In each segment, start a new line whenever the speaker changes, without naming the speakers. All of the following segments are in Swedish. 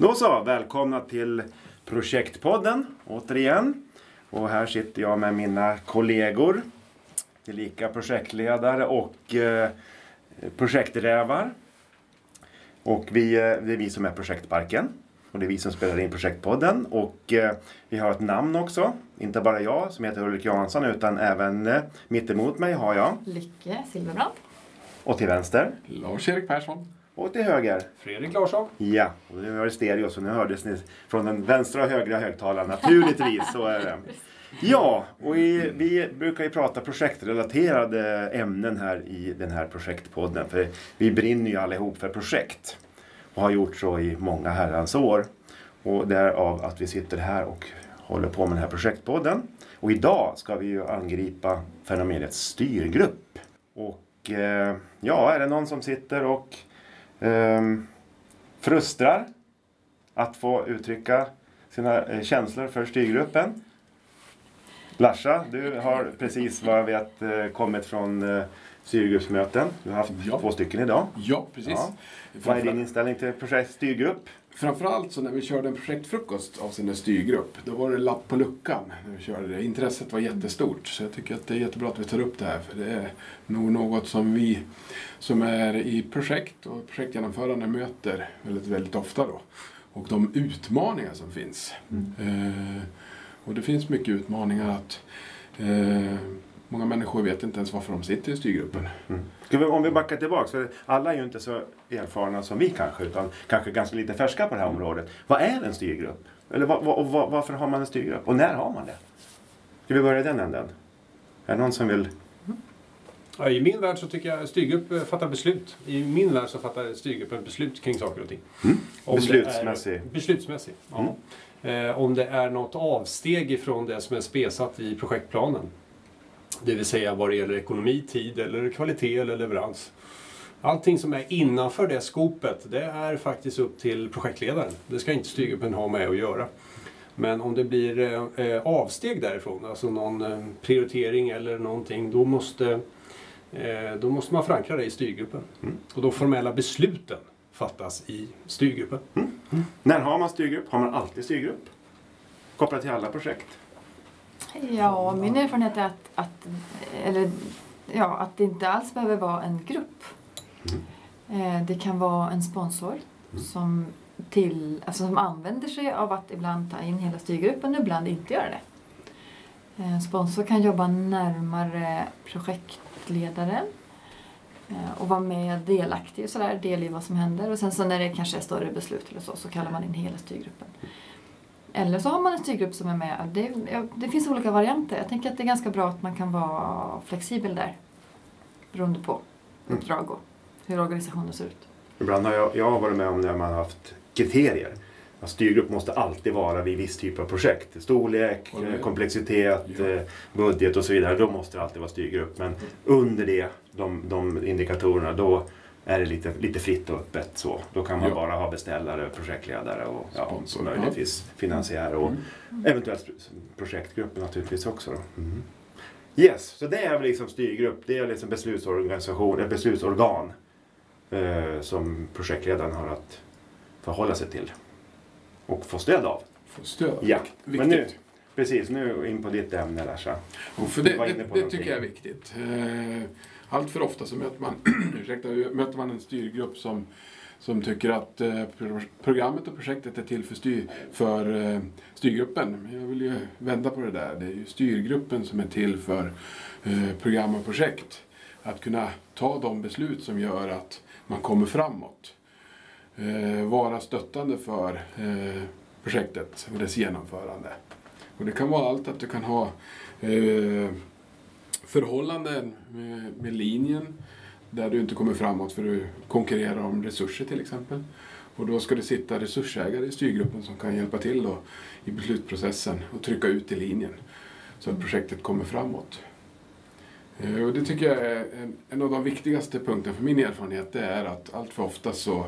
Då så, välkomna till Projektpodden återigen. Och här sitter jag med mina kollegor, tillika projektledare och projekträvar. Och det är vi som är Projektparken. Och det är vi som spelar in Projektpodden. Och vi har ett namn också. Inte bara jag som heter Ulrik Jansson utan även mittemot mig har jag
Lycke Silverbrand.
Och till vänster
Lars-Erik Persson.
Och till höger
Fredrik Larsson.
Ja, och nu har det stereo så nu hördes ni från den vänstra och högra högtalaren. Naturligtvis, så är det. Ja, och vi brukar ju prata projektrelaterade ämnen här i den här projektpodden. För vi brinner ju allihop för projekt. Och har gjort så i många herrans år. Och därav att vi sitter här och håller på med den här projektpodden. Och idag ska vi ju angripa fenomenet styrgrupp. Och ja, är det någon som sitter och frustrar att få uttrycka sina känslor för styrgruppen? Larsa, du har precis vad jag vet kommit från styrgruppsmöten. Du har haft 2 stycken idag.
Ja, precis. Ja.
Vad är din inställning till styrgrupp?
Framförallt så när vi körde en projektfrukost av sin styrgrupp, då var det lapp på luckan när vi körde det. Intresset var jättestort, så jag tycker att det är jättebra att vi tar upp det här. För det är nog något som vi som är i projekt och projektgenomförande möter väldigt ofta då. Och de utmaningar som finns. Och det finns mycket utmaningar att många människor vet inte ens varför de sitter i styrgruppen.
Om vi backar tillbaka, för alla är ju inte så erfarna som vi kanske, utan kanske ganska lite färska på det här området. Vad är en styrgrupp? Eller varför har man en styrgrupp? Och när har man det? Ska vi börja i den änden? Är det någon som vill?
Ja, i min värld så tycker jag att styrgrupp fattar beslut. I min värld så fattar styrgruppen beslut kring saker och ting.
Beslutsmässig.
Ja. Om det är något avsteg ifrån det som är spesat i projektplanen. Det vill säga vad det gäller ekonomi, tid eller kvalitet eller leverans. Allting som är innanför det skopet, det är faktiskt upp till projektledaren. Det ska inte styrgruppen ha med att göra. Men om det blir avsteg därifrån, alltså någon prioritering eller någonting, då måste man förankra det i styrgruppen. Och de formella besluten fattas i styrgruppen.
När har man styrgrupp? Har man alltid styrgrupp? Kopplat till alla projekt?
Ja, min erfarenhet är att det inte alls behöver vara en grupp. Det kan vara en sponsor som använder sig av att ibland ta in hela styrgruppen och ibland inte göra det. En sponsor kan jobba närmare projektledaren och vara med delaktig och del i vad som händer. Och sen så när det kanske är större beslut eller så kallar man in hela styrgruppen. Eller så har man en styrgrupp som är med. Det finns olika varianter. Jag tänker att det är ganska bra att man kan vara flexibel där. Beroende på uppdrag och hur organisationen ser ut.
Ibland har jag varit med om när man har haft kriterier. En styrgrupp måste alltid vara vid viss typ av projekt. Storlek, komplexitet, budget och så vidare. Då måste det alltid vara styrgrupp. Men under det, de indikatorerna, då är det lite fritt och öppet så. Då kan man bara ha beställare, projektledare och möjligtvis finansiärer och eventuellt projektgrupper naturligtvis också. Då. Yes, så det är väl liksom styrgrupp. Det är liksom beslutsorganisation, ett beslutsorgan som projektledaren har att förhålla sig till och få stöd av. Ja, men nu in på ditt ämne Larsa.
För det tycker jag är viktigt. Allt för ofta så möter man en styrgrupp som tycker att programmet och projektet är till för styrgruppen. Jag vill ju vända på det där. Det är ju styrgruppen som är till för program och projekt. Att kunna ta de beslut som gör att man kommer framåt. Vara stöttande för projektet och dess genomförande. Och det kan vara allt att du kan ha förhållanden med linjen där du inte kommer framåt för du konkurrerar om resurser till exempel. Och då ska det sitta resursägare i styrgruppen som kan hjälpa till då i beslutsprocessen och trycka ut i linjen så att projektet kommer framåt. Och det tycker jag är en av de viktigaste punkterna för min erfarenhet. Det är att allt för ofta så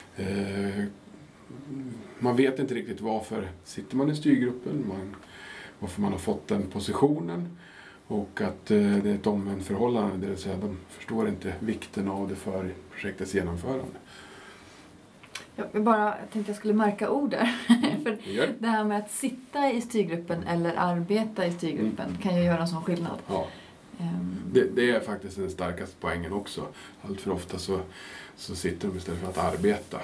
man vet inte riktigt varför sitter man i styrgruppen, varför man har fått den positionen. Och att det är ett omvänt förhållande, det vill säga de förstår inte vikten av det för projektets genomförande.
Jag tänkte jag skulle märka ord där. För det här med att sitta i styrgruppen eller arbeta i styrgruppen kan ju göra en sån skillnad.
Ja. Det är faktiskt den starkaste poängen också. Allt för ofta så sitter de istället för att arbeta.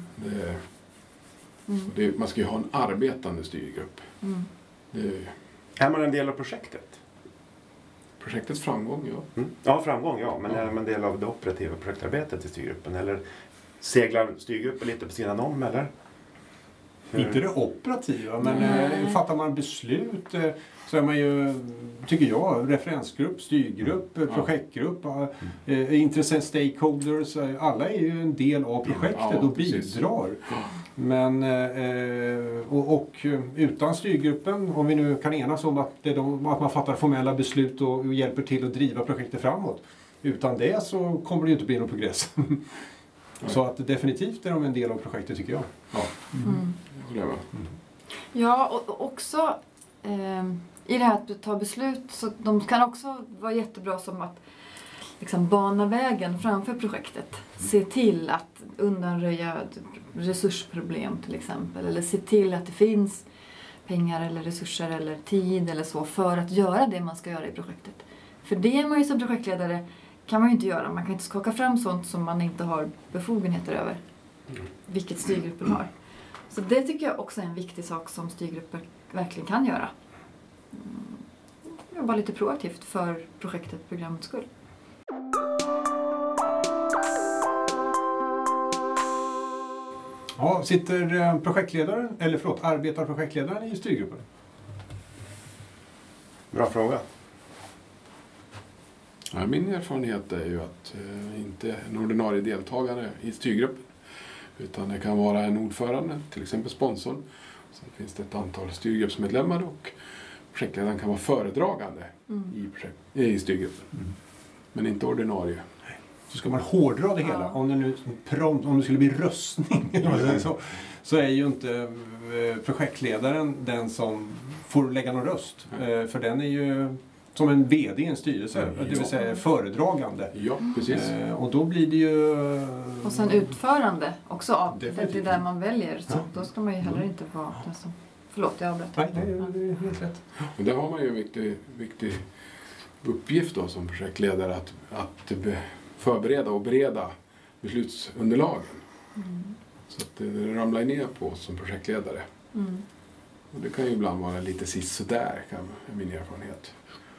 Man ska ju ha en arbetande styrgrupp.
Är man en del av projektet?
Projektets framgång, ja.
Ja, framgång, ja. Men är man en del av det operativa projektarbetet i styrgruppen? Eller seglar styrgruppen lite på sidan om, eller?
Inte det operativa, men fattar man beslut så är man ju, tycker jag, referensgrupp, styrgrupp, projektgrupp, intressent stakeholders, alla är ju en del av projektet och bidrar. Men, och utan styrgruppen, om vi nu kan enas om att man fattar formella beslut och hjälper till att driva projektet framåt, utan det så kommer det ju inte bli någon progress. Så att definitivt är de en del av projektet, tycker jag.
Ja, och också i det här att ta beslut, så de kan också vara jättebra som att liksom bana vägen framför projektet. Se till att undanröja resursproblem till exempel, eller se till att det finns pengar eller resurser eller tid eller så för att göra det man ska göra i projektet. För det är man ju som projektledare kan man ju inte göra. Man kan inte skaka fram sånt som man inte har befogenheter över. Vilket styrgruppen har. Så det tycker jag också är en viktig sak som styrgrupper verkligen kan göra. Jobba lite proaktivt för projektet, programmets skull.
Ja, sitter projektledaren, arbetar projektledaren i styrgruppen?
Bra fråga.
Ja, min erfarenhet är ju att inte en ordinarie deltagare i styrgruppen, utan det kan vara en ordförande, till exempel sponsorn. Sen finns det ett antal styrgruppsmedlemmar och projektledaren kan vara föredragande i styrgruppen. Men inte ordinarie.
Så ska man hårdra det hela, om det skulle bli röstning så är ju inte projektledaren den som får lägga någon röst. För den är ju som en vd i en styrelse, det vill säga föredragande.
Ja, precis.
Och då blir det ju...
Och sen utförande också av det där man väljer. Så då ska man ju heller inte vara den som... Förlåt, jag avbröt.
Nej, det är helt rätt.
Men där har man ju en viktig uppgift då som projektledare att förbereda och bereda beslutsunderlagen. Så att det ramlar ner på oss som projektledare. Och det kan ju ibland vara lite sisådär, är min erfarenhet.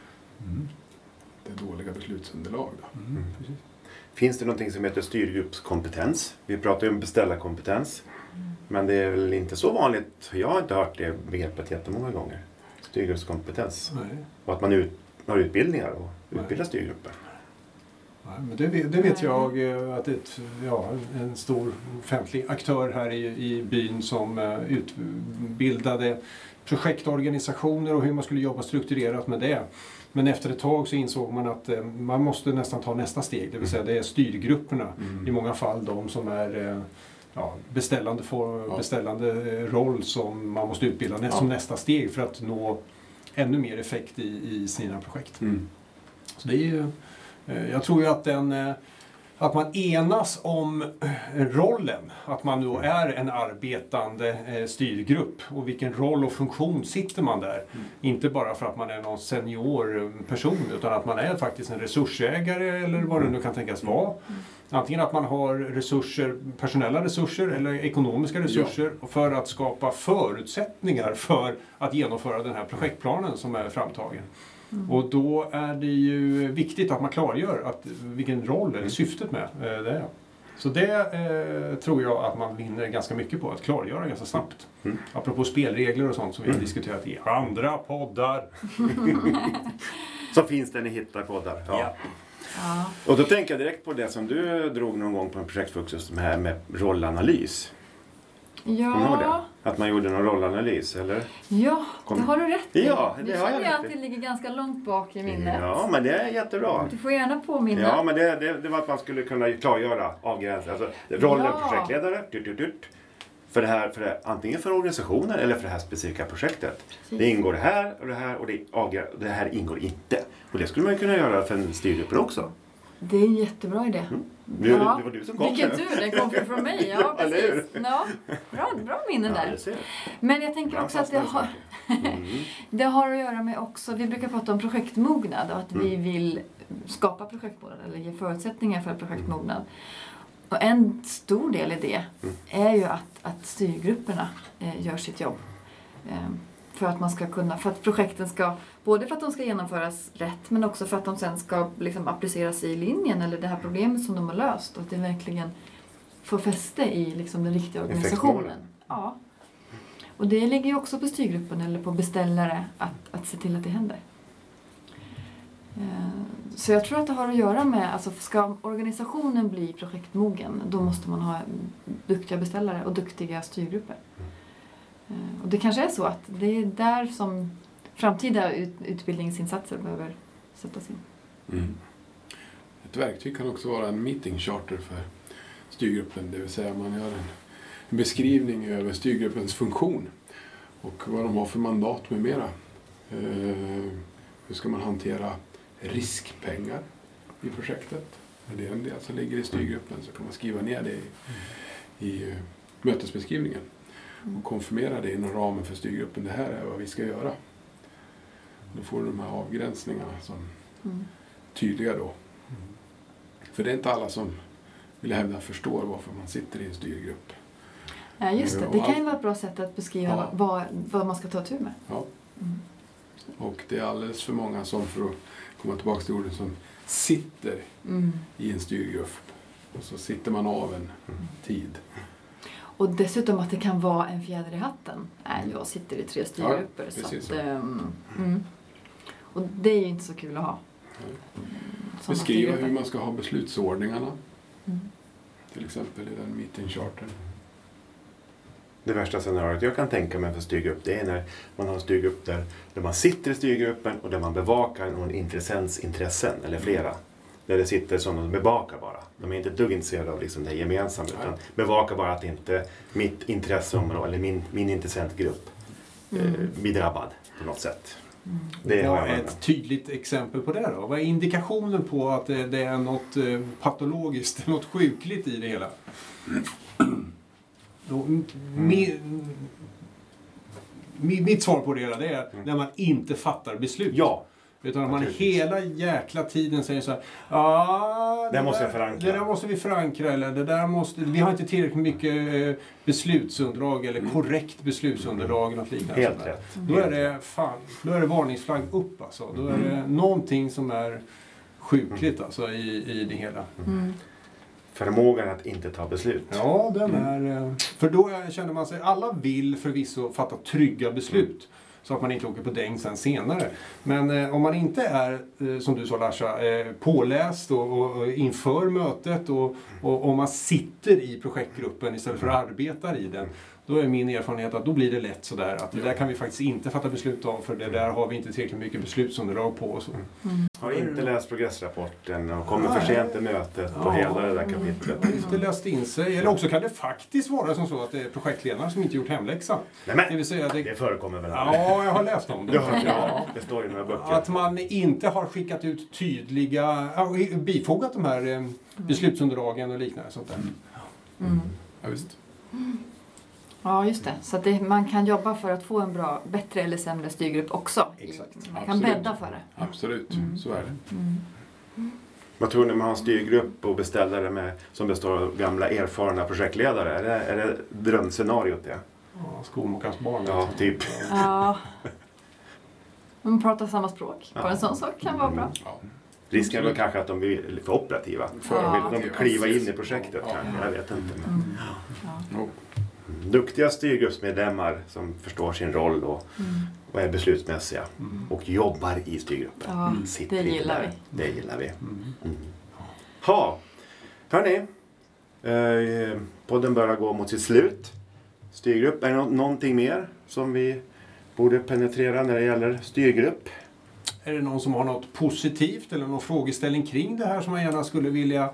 Det är dåliga beslutsunderlag då.
Precis.
Finns det någonting som heter styrgruppskompetens? Vi pratar ju om beställarkompetens. Men det är väl inte så vanligt. Jag har inte hört det begreppet jättemånga gånger. Styrgruppskompetens.
Nej.
Och att man har utbildningar och utbildar styrgrupper.
Nej, men det vet jag att en stor offentlig aktör här i byn som utbildade projektorganisationer och hur man skulle jobba strukturerat med det. Men efter ett tag så insåg man att man måste nästan ta nästa steg. Det vill säga det är styrgrupperna. I många fall de som är beställande roll som man måste utbilda som nästa steg för att nå ännu mer effekt i sina projekt. Så det är ju, jag tror ju att man enas om rollen, att man då är en arbetande styrgrupp och vilken roll och funktion sitter man där. Inte bara för att man är någon senior person utan att man är faktiskt en resursägare eller vad det nu kan tänkas vara. Antingen att man har resurser, personella resurser eller ekonomiska resurser för att skapa förutsättningar för att genomföra den här projektplanen som är framtagen. Och då är det ju viktigt att man klargör vilken roll eller syftet med det är. Så det tror jag att man vinner ganska mycket på att klargöra ganska snabbt. Apropå spelregler och sånt som vi har diskuterat i andra poddar.
Så finns det ni hittar poddar. Ja. Och då tänker jag direkt på det som du drog någon gång på en projektfokus med rollanalys.
Ja.
Att man gjorde någon rollanalys, eller?
Ja, det har du rätt i.
Ja, det har jag
rätt i. Att det ligger ganska långt bak i minnet.
Ja, men det är jättebra.
Du får gärna påminna.
Ja, men det var att man skulle kunna klargöra avgränsa. Alltså, rollen projektledare, för det här, antingen för organisationen eller för det här specifika projektet. Precis. Det ingår det här och det här ingår inte. Och det skulle man kunna göra för en styrgrupp också.
Det är en jättebra idé.
Det var du som kom.
Vilken tur, det kom från mig. Ja, precis. Ja, bra minnen där. Men jag tänker också att det har att göra med också, vi brukar prata om projektmognad och att vi vill skapa projektmognad eller ge förutsättningar för projektmognad. Och en stor del i det är ju att styrgrupperna gör sitt jobb. För att man ska kunna, för att projekten ska, både för att de ska genomföras rätt men också för att de sen ska liksom appliceras i linjen eller det här problemet som de har löst och att det verkligen får fäste i liksom den riktiga organisationen. Ja. Och det ligger ju också på styrgruppen eller på beställare att se till att det händer. Så jag tror att det har att göra med, alltså ska organisationen bli projektmogen, då måste man ha duktiga beställare och duktiga styrgrupper. Och det kanske är så att det är där som framtida utbildningsinsatser behöver sättas in.
Ett verktyg kan också vara en meeting charter för styrgruppen, det vill säga man gör en beskrivning över styrgruppens funktion och vad de har för mandat med mera. Hur ska man hantera riskpengar i projektet? Är det en del som ligger i styrgruppen så kan man skriva ner det i mötesbeskrivningen och konfirmera det inom ramen för styrgruppen. Det här är vad vi ska göra. Då får du de här avgränsningarna som tydliga då. För det är inte alla som vill hävda förstår varför man sitter i en styrgrupp.
Ja, just det. Det kan ju vara ett bra sätt att beskriva vad man ska ta tur med.
Ja. Och det är alldeles för många som, för att komma tillbaka till orden, som sitter i en styrgrupp. Och så sitter man av en tid.
Och dessutom att det kan vara en fjäder i hatten. Jag sitter i 3 styrgrupper.
Ja, precis
så att, och det är ju inte så kul att ha.
Beskriva hur man ska ha beslutsordningarna. Till exempel i den meeting charten.
Det värsta scenariot jag kan tänka mig för styrgrupp, det är när man har en styrgrupp där man sitter i styrgruppen och där man bevakar någon intressents intressen, eller flera. Där det sitter som de bevakar bara. De är inte ett dugg intresserade av liksom det gemensamma, utan bevakar bara att inte mitt intresseområde eller min intressentgrupp blir drabbad på något sätt.
Det var ett tydligt exempel på det då. Vad är indikationen på att det är något patologiskt, något sjukligt i det hela? Mitt svar på det hela, det är när man inte fattar beslut.
Ja.
Utan att man hela jäkla tiden säger så här:
det måste jag förankra.
Det där måste vi förankra, eller det där måste, vi har inte tillräckligt mycket beslutsunderlag eller korrekt beslutsunderlag eller något liknande.
Helt rätt.
Då är det varningsflagg upp alltså. Då är det någonting som är sjukligt alltså i det hela.
Förmågan att inte ta beslut.
Ja, den är... För då känner man sig... Alla vill förvisso fatta trygga beslut. Så att man inte åker på däng sen senare. Men om man inte är, som du sa Larsa, påläst och inför mötet och om man sitter i projektgruppen istället för att arbeta i den, då är min erfarenhet att då blir det lätt sådär att det där kan vi faktiskt inte fatta beslut om, för det där har vi inte tillräckligt mycket beslutsunderlag på. Och så.
Har inte läst progressrapporten och kommer för sent till mötet på hela det där kapitlet.
Har inte läst in sig. Eller också kan det faktiskt vara som så att det är projektledaren som inte gjort hemläxan.
Det
vill säga
det förekommer väl?
Ja, jag har läst om det.
Ja, det står i några böcker.
Att man inte har skickat ut tydliga, bifogat de här beslutsunderlagen och liknande sånt där.
Ja, visst.
Ja, just det. Så att man kan jobba för att få en bättre eller sämre styrgrupp också.
Exakt.
Man kan bädda för det.
Absolut, så är det.
Vad tror ni man har en styrgrupp och beställare som består av gamla erfarna projektledare? Är det drömscenariot det?
Ja, skolmokarens barn.
Ja, typ.
Ja. Man pratar samma språk. Bara en sån sak kan vara bra.
Ja.
Risken är väl kanske att de blir för operativa. De vill kliva in i projektet kanske. Jag vet inte. Men. Duktiga styrgruppsmedlemmar som förstår sin roll och är beslutsmässiga och jobbar i styrgruppen.
Ja, det gillar vi.
Det gillar vi. Ha, hörni. Podden börjar gå mot sitt slut. Styrgrupp, är det någonting mer som vi borde penetrera när det gäller styrgrupp?
Är det någon som har något positivt eller någon frågeställning kring det här som man gärna skulle vilja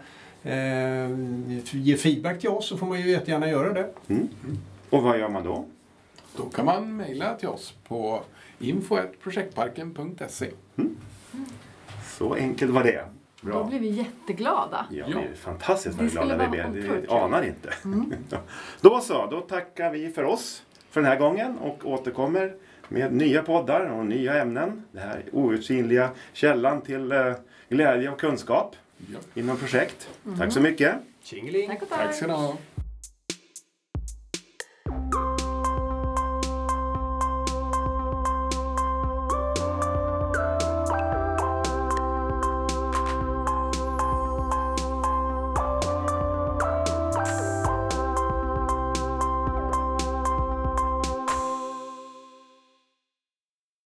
ge feedback till oss, så får man ju jättegärna göra det.
Och vad gör man då?
Då kan man mejla till oss på info@projektparken.se.
Så enkelt var det. Bra.
Då blir vi jätteglada.
Ja, vi är fantastiskt
Det skulle
glada vi
vara
blir.
otroligt
Det
kul.
anar inte. Då så, då tackar vi för oss för den här gången och återkommer med nya poddar och nya ämnen. Det här outsinliga källan till glädje och kunskap inom projekt. Tack så mycket.
Tjingeling!
Tack och
Tack ska ni ha.